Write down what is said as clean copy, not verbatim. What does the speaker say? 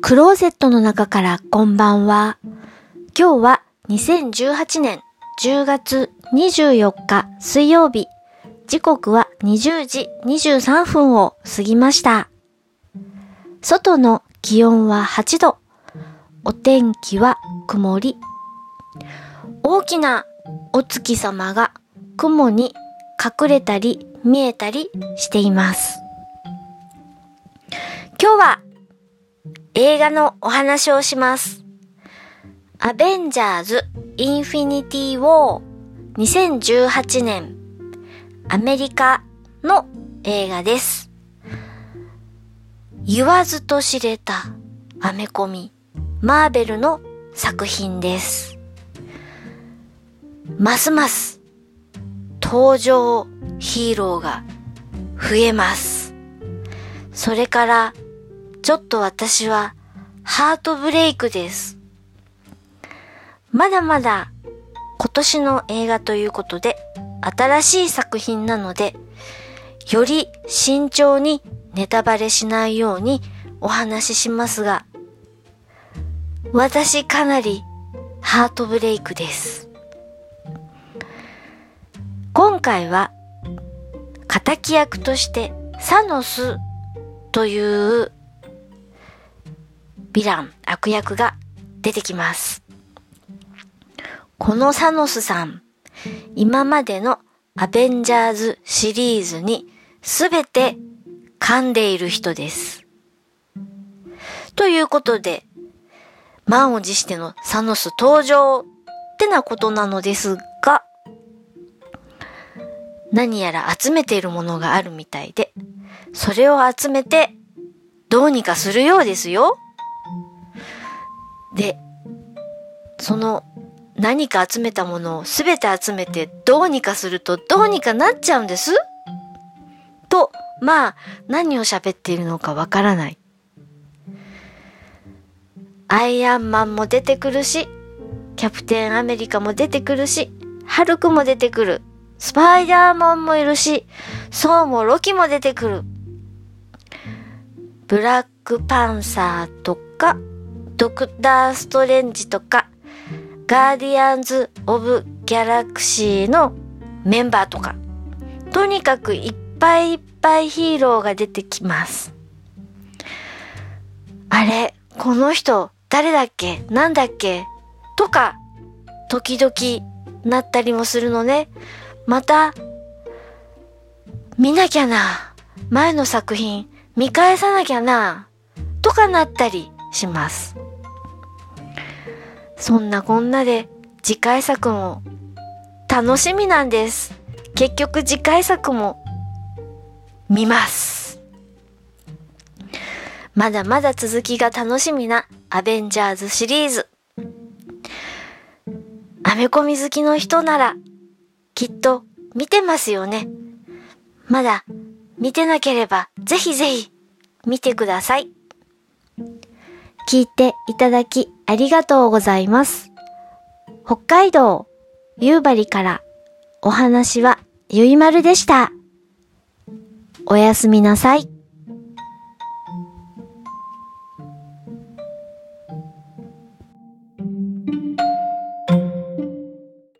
クローゼットの中からこんばんは。今日は2018年10月24日水曜日。時刻は20時23分を過ぎました。外の気温は8度。お天気は曇り。大きなお月様が雲に隠れたり見えたりしています。今日は映画のお話をします。アベンジャーズ・インフィニティ・ウォー2018年アメリカの映画です。言わずと知れたアメコミマーベルの作品です。ますます登場ヒーローが増えます。それからちょっと私はハートブレイクです。まだまだ今年の映画ということで新しい作品なので、より慎重にネタバレしないようにお話ししますが、私かなりハートブレイクです。今回は敵役としてサノスというヴィラン、悪役が出てきます。このサノスさん、今までのアベンジャーズシリーズにすべて噛んでいる人です。ということで、満を持してのサノス登場ってなことなのですが、何やら集めているものがあるみたいで、それを集めてどうにかするようですよ。で、その何か集めたものをすべて集めてどうにかするとどうにかなっちゃうんです。と、まあ何を喋っているのかわからない。アイアンマンも出てくるし、キャプテンアメリカも出てくるし、ハルクも出てくる。スパイダーマンもいるし、ソウもロキも出てくる。ブラックパンサーとか、ドクターストレンジとか、ガーディアンズ・オブ・ギャラクシーのメンバーとか、とにかくいっぱいいっぱいヒーローが出てきます。あれ、この人誰だっけ、なんだっけとか、時々なったりもするのね。また見なきゃな、前の作品見返さなきゃなとかなったりします。そんなこんなで次回作も楽しみなんです。結局次回作も見ます。まだまだ続きが楽しみなアベンジャーズシリーズ。アメコミ好きの人ならきっと見てますよね。まだ見てなければぜひぜひ見てください。聞いていただきありがとうございます。北海道夕張からお話はゆいまるでした。おやすみなさい。